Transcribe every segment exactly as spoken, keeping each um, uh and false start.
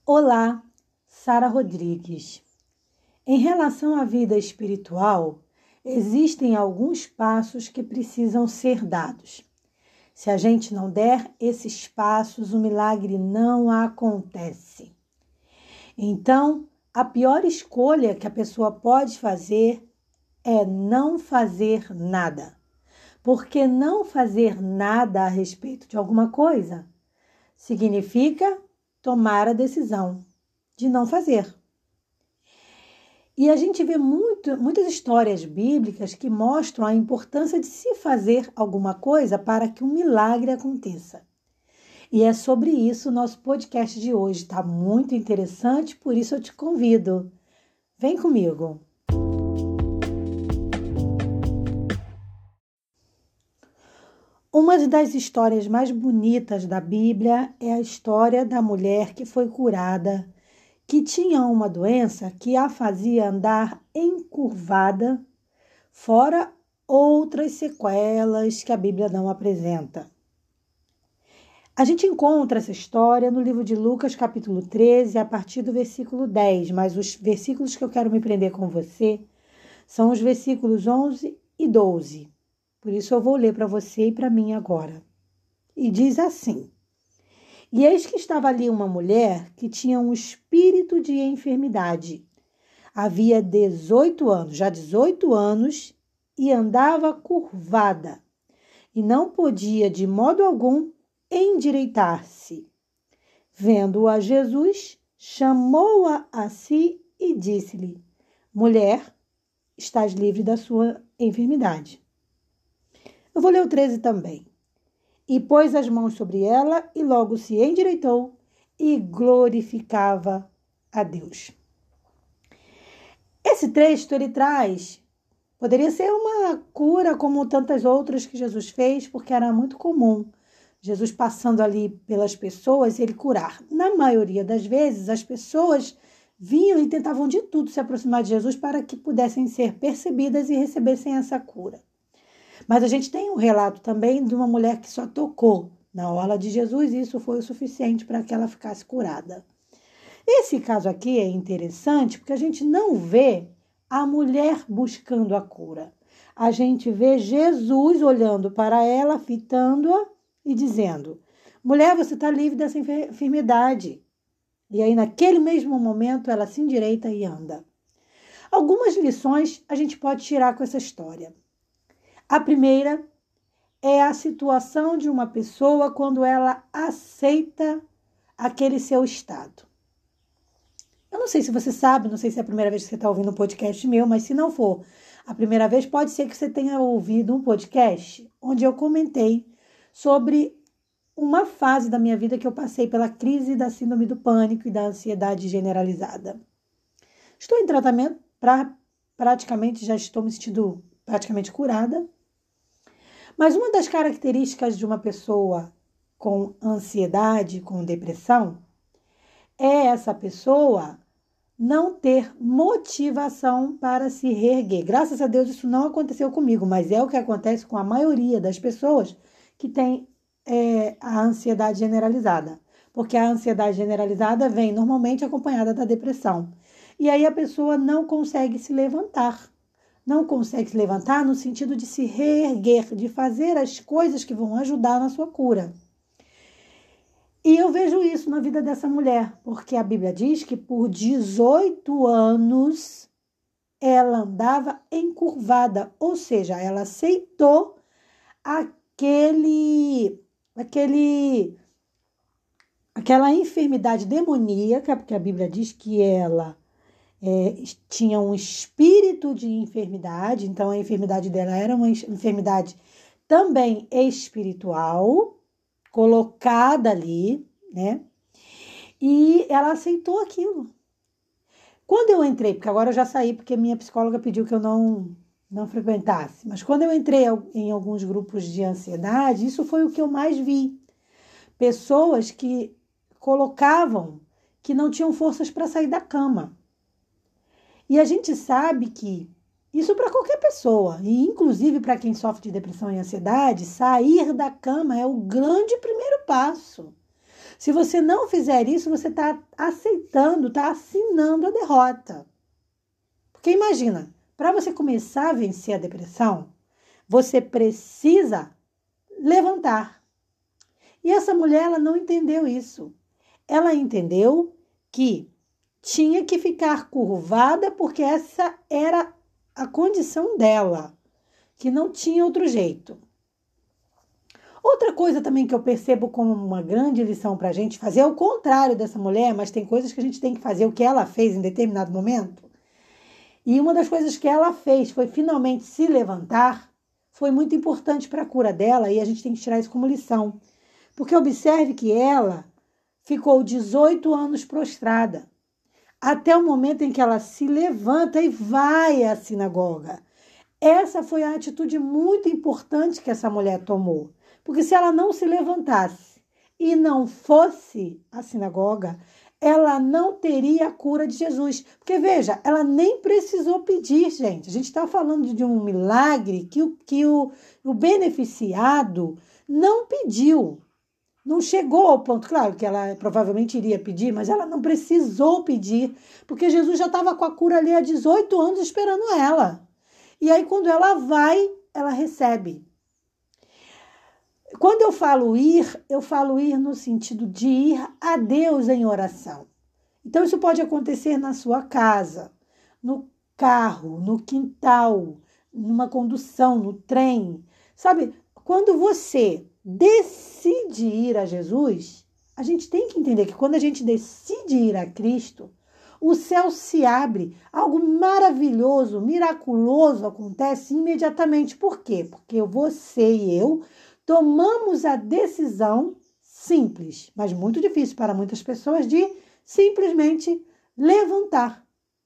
Olá, Sara Rodrigues. Em relação à vida espiritual, existem alguns passos que precisam ser dados. Se a gente não der esses passos, o milagre não acontece. Então, a pior escolha que a pessoa pode fazer é não fazer nada. Porque não fazer nada a respeito de alguma coisa significa tomar a decisão de não fazer. E a gente vê muito, muitas histórias bíblicas que mostram a importância de se fazer alguma coisa para que um milagre aconteça. E é sobre isso o nosso podcast de hoje. Está muito interessante, por isso eu te convido. Vem comigo. Uma das histórias mais bonitas da Bíblia é a história da mulher que foi curada, que tinha uma doença que a fazia andar encurvada, fora outras sequelas que a Bíblia não apresenta. A gente encontra essa história no livro de Lucas, capítulo treze, a partir do versículo dez, mas os versículos que eu quero me prender com você são os versículos onze e doze. Por isso eu vou ler para você e para mim agora. E diz assim: E eis que estava ali uma mulher que tinha um espírito de enfermidade. Havia dezoito anos, já dezoito anos, e andava curvada, e não podia de modo algum endireitar-se. Vendo-a Jesus, chamou-a a si e disse-lhe: Mulher, estás livre da sua enfermidade. Eu vou ler o treze também. E pôs as mãos sobre ela e logo se endireitou e glorificava a Deus. Esse texto ele traz, poderia ser uma cura como tantas outras que Jesus fez, porque era muito comum Jesus passando ali pelas pessoas, ele curar. Na maioria das vezes, as pessoas vinham e tentavam de tudo se aproximar de Jesus para que pudessem ser percebidas e recebessem essa cura. Mas a gente tem um relato também de uma mulher que só tocou na orla de Jesus e isso foi o suficiente para que ela ficasse curada. Esse caso aqui é interessante porque a gente não vê a mulher buscando a cura. A gente vê Jesus olhando para ela, fitando-a e dizendo: mulher, você está livre dessa enfermidade. E aí, naquele mesmo momento, ela se endireita e anda. Algumas lições a gente pode tirar com essa história. A primeira é a situação de uma pessoa quando ela aceita aquele seu estado. Eu não sei se você sabe, não sei se é a primeira vez que você está ouvindo um podcast meu, mas se não for a primeira vez, pode ser que você tenha ouvido um podcast onde eu comentei sobre uma fase da minha vida que eu passei pela crise da síndrome do pânico e da ansiedade generalizada. Estou em tratamento, pra, praticamente já estou me sentindo praticamente curada. Mas uma das características de uma pessoa com ansiedade, com depressão, é essa pessoa não ter motivação para se reerguer. Graças a Deus isso não aconteceu comigo, mas é o que acontece com a maioria das pessoas que tem é, a ansiedade generalizada. Porque a ansiedade generalizada vem normalmente acompanhada da depressão. E aí a pessoa não consegue se levantar. Não consegue se levantar no sentido de se reerguer, de fazer as coisas que vão ajudar na sua cura. E eu vejo isso na vida dessa mulher, porque a Bíblia diz que por dezoito anos ela andava encurvada, ou seja, ela aceitou aquele, aquele, aquela enfermidade demoníaca, porque a Bíblia diz que ela É, tinha um espírito de enfermidade, então a enfermidade dela era uma enfermidade também espiritual, colocada ali, né? E ela aceitou aquilo. Quando eu entrei, porque agora eu já saí, porque minha psicóloga pediu que eu não, não frequentasse, mas quando eu entrei em alguns grupos de ansiedade, isso foi o que eu mais vi. Pessoas que colocavam que não tinham forças para sair da cama. E a gente sabe que isso para qualquer pessoa, e inclusive para quem sofre de depressão e ansiedade, sair da cama é o grande primeiro passo. Se você não fizer isso, você está aceitando, está assinando a derrota. Porque imagina, para você começar a vencer a depressão, você precisa levantar. E essa mulher, ela não entendeu isso. Ela entendeu que tinha que ficar curvada porque essa era a condição dela, que não tinha outro jeito. Outra coisa também que eu percebo como uma grande lição para a gente fazer é o contrário dessa mulher, mas tem coisas que a gente tem que fazer o que ela fez em determinado momento. E uma das coisas que ela fez foi finalmente se levantar, foi muito importante para a cura dela e a gente tem que tirar isso como lição. Porque observe que ela ficou dezoito anos prostrada, até o momento em que ela se levanta e vai à sinagoga. Essa foi a atitude muito importante que essa mulher tomou. Porque se ela não se levantasse e não fosse à sinagoga, ela não teria a cura de Jesus. Porque, veja, ela nem precisou pedir, gente. A gente está falando de um milagre que, o, que o, o beneficiado não pediu. Não chegou ao ponto, claro que ela provavelmente iria pedir, mas ela não precisou pedir, porque Jesus já estava com a cura ali há dezoito anos esperando ela. E aí, quando ela vai, ela recebe. Quando eu falo ir, eu falo ir no sentido de ir a Deus em oração. Então, isso pode acontecer na sua casa, no carro, no quintal, numa condução, no trem. Sabe, quando você decide ir a Jesus, a gente tem que entender que quando a gente decide ir a Cristo, o céu se abre, algo maravilhoso, miraculoso acontece imediatamente. Por quê? Porque você e eu tomamos a decisão simples, mas muito difícil para muitas pessoas, de simplesmente levantar.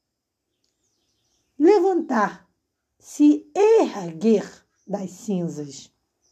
Levantar, se erguer das cinzas.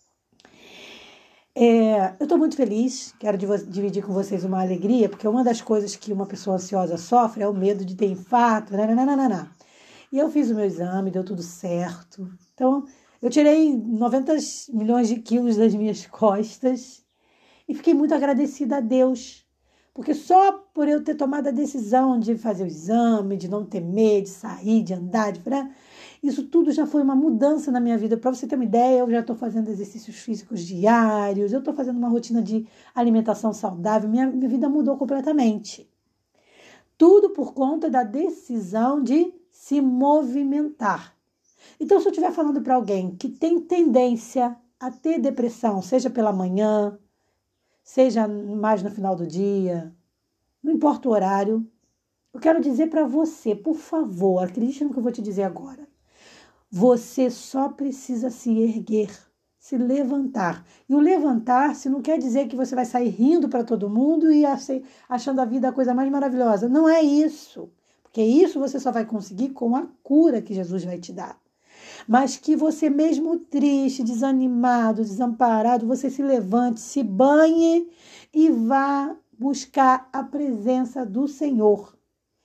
É, eu estou muito feliz, quero dividir com vocês uma alegria, porque uma das coisas que uma pessoa ansiosa sofre é o medo de ter infarto, nananana. E eu fiz o meu exame, deu tudo certo. Então, eu tirei noventa milhões de quilos das minhas costas e fiquei muito agradecida a Deus, porque só por eu ter tomado a decisão de fazer o exame, de não temer, de sair, de andar, de... isso tudo já foi uma mudança na minha vida. Para você ter uma ideia, eu já estou fazendo exercícios físicos diários, eu estou fazendo uma rotina de alimentação saudável, minha, minha vida mudou completamente. Tudo por conta da decisão de se movimentar. Então, se eu estiver falando para alguém que tem tendência a ter depressão, seja pela manhã, seja mais no final do dia, não importa o horário, eu quero dizer para você, por favor, acredite no que eu vou te dizer agora. Você só precisa se erguer, se levantar. E o levantar-se não quer dizer que você vai sair rindo para todo mundo e achando a vida a coisa mais maravilhosa. Não é isso. Porque isso você só vai conseguir com a cura que Jesus vai te dar. Mas que você mesmo triste, desanimado, desamparado, você se levante, se banhe e vá buscar a presença do Senhor.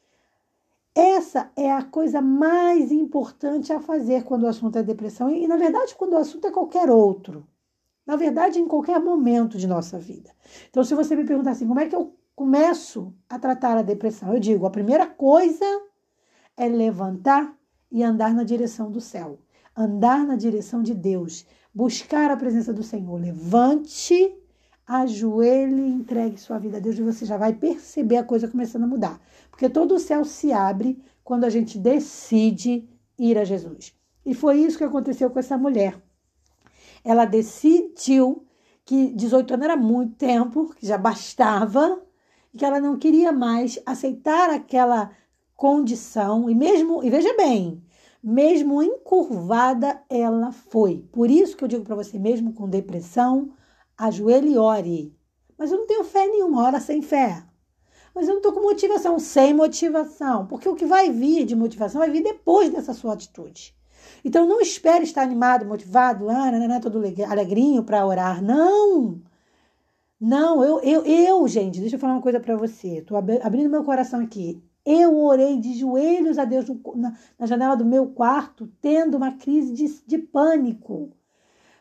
Essa é a coisa mais importante a fazer quando o assunto é depressão. E, na verdade, quando o assunto é qualquer outro. Na verdade, em qualquer momento de nossa vida. Então, se você me perguntar assim, como é que eu começo a tratar a depressão? Eu digo, a primeira coisa é levantar e andar na direção do céu. Andar na direção de Deus. Buscar a presença do Senhor. Levante, ajoelhe e entregue sua vida a Deus e você já vai perceber a coisa começando a mudar. Porque todo o céu se abre quando a gente decide ir a Jesus. E foi isso que aconteceu com essa mulher. Ela decidiu que dezoito anos era muito tempo, que já bastava, e que ela não queria mais aceitar aquela condição. E mesmo, e veja bem, mesmo encurvada, ela foi. Por isso que eu digo para você, mesmo com depressão, ajoelhe e ore. Mas eu não tenho fé nenhuma, ora sem fé. Mas eu não estou com motivação, sem motivação. Porque o que vai vir de motivação vai vir depois dessa sua atitude. Então não espere estar animado, motivado, ah, não, não, todo alegrinho para orar. Não! Não, eu, eu, eu, gente, deixa eu falar uma coisa para você. Estou abrindo meu coração aqui. Eu orei de joelhos a Deus na, na janela do meu quarto, tendo uma crise de, de pânico.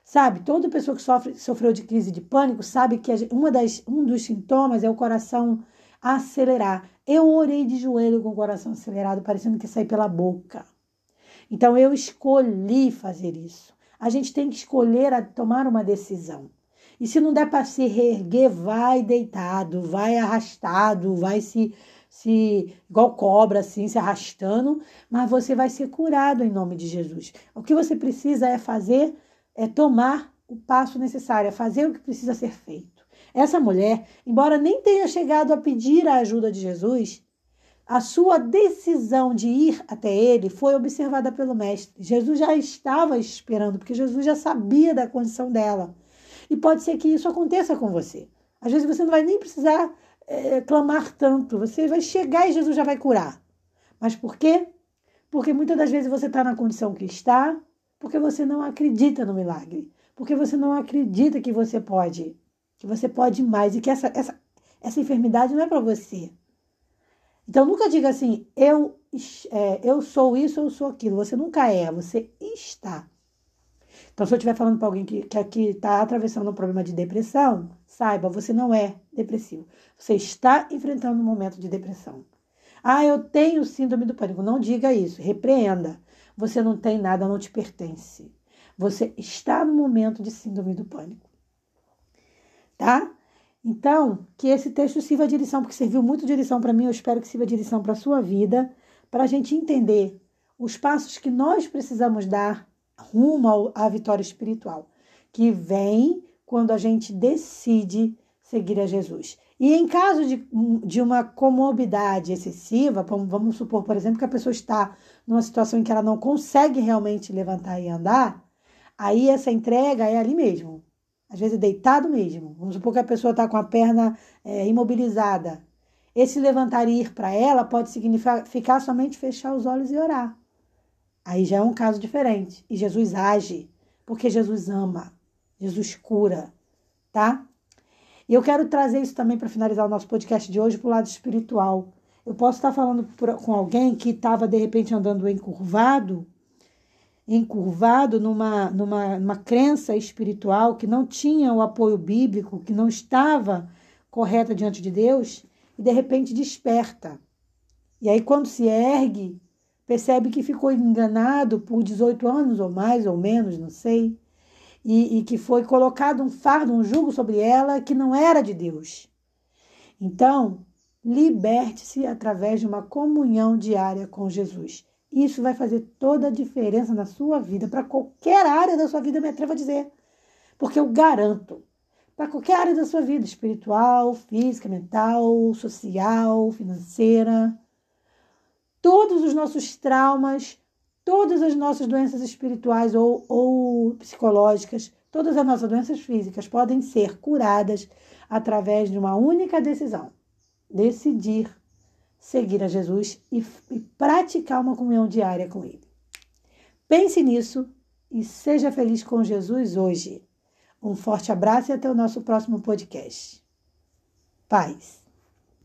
Sabe, toda pessoa que sofre, sofreu de crise de pânico sabe que uma das, um dos sintomas é o coração acelerar. Eu orei de joelho com o coração acelerado, parecendo que ia sair pela boca. Então, eu escolhi fazer isso. A gente tem que escolher a tomar uma decisão. E se não der para se reerguer, vai deitado, vai arrastado, vai se, se igual cobra, assim, se arrastando, mas você vai ser curado em nome de Jesus. O que você precisa é fazer, é tomar o passo necessário, é fazer o que precisa ser feito. Essa mulher, embora nem tenha chegado a pedir a ajuda de Jesus, a sua decisão de ir até ele foi observada pelo mestre. Jesus já estava esperando, porque Jesus já sabia da condição dela. E pode ser que isso aconteça com você. Às vezes você não vai nem precisar é, clamar tanto. Você vai chegar e Jesus já vai curar. Mas por quê? Porque muitas das vezes você está na condição que está, porque você não acredita no milagre. Porque você não acredita que você pode. Que você pode mais. E que essa, essa, essa enfermidade não é para você. Então, nunca diga assim, eu, é, eu sou isso, eu sou aquilo. Você nunca é, você está. Então, se eu estiver falando para alguém que que está atravessando um problema de depressão, saiba, você não é depressivo. Você está enfrentando um momento de depressão. Ah, eu tenho síndrome do pânico. Não diga isso, repreenda. Você não tem nada, não te pertence. Você está no momento de síndrome do pânico. Tá? Então, que esse texto sirva de lição, porque serviu muito de lição para mim, eu espero que sirva de lição para a sua vida, para a gente entender os passos que nós precisamos dar rumo à vitória espiritual, que vem quando a gente decide seguir a Jesus. E em caso de, de uma comorbidade excessiva, vamos supor, por exemplo, que a pessoa está numa situação em que ela não consegue realmente levantar e andar, aí essa entrega é ali mesmo. Às vezes deitado mesmo. Vamos supor que a pessoa está com a perna é, imobilizada. Esse levantar e ir para ela pode significar somente fechar os olhos e orar. Aí já é um caso diferente. E Jesus age, porque Jesus ama. Jesus cura, tá? E eu quero trazer isso também para finalizar o nosso podcast de hoje para o lado espiritual. Eu posso estar falando por, com alguém que estava, de repente, andando encurvado, encurvado numa, numa, numa crença espiritual que não tinha o apoio bíblico, que não estava correta diante de Deus, e de repente desperta. E aí quando se ergue, percebe que ficou enganado por dezoito anos ou mais ou menos, não sei, e, e que foi colocado um fardo, um jugo sobre ela que não era de Deus. Então, liberte-se através de uma comunhão diária com Jesus. Isso vai fazer toda a diferença na sua vida, para qualquer área da sua vida, eu me atrevo a dizer. Porque eu garanto, para qualquer área da sua vida, espiritual, física, mental, social, financeira, todos os nossos traumas, todas as nossas doenças espirituais ou, ou psicológicas, todas as nossas doenças físicas podem ser curadas através de uma única decisão. Decidir seguir a Jesus e, e praticar uma comunhão diária com Ele. Pense nisso e seja feliz com Jesus hoje. Um forte abraço e até o nosso próximo podcast. Paz.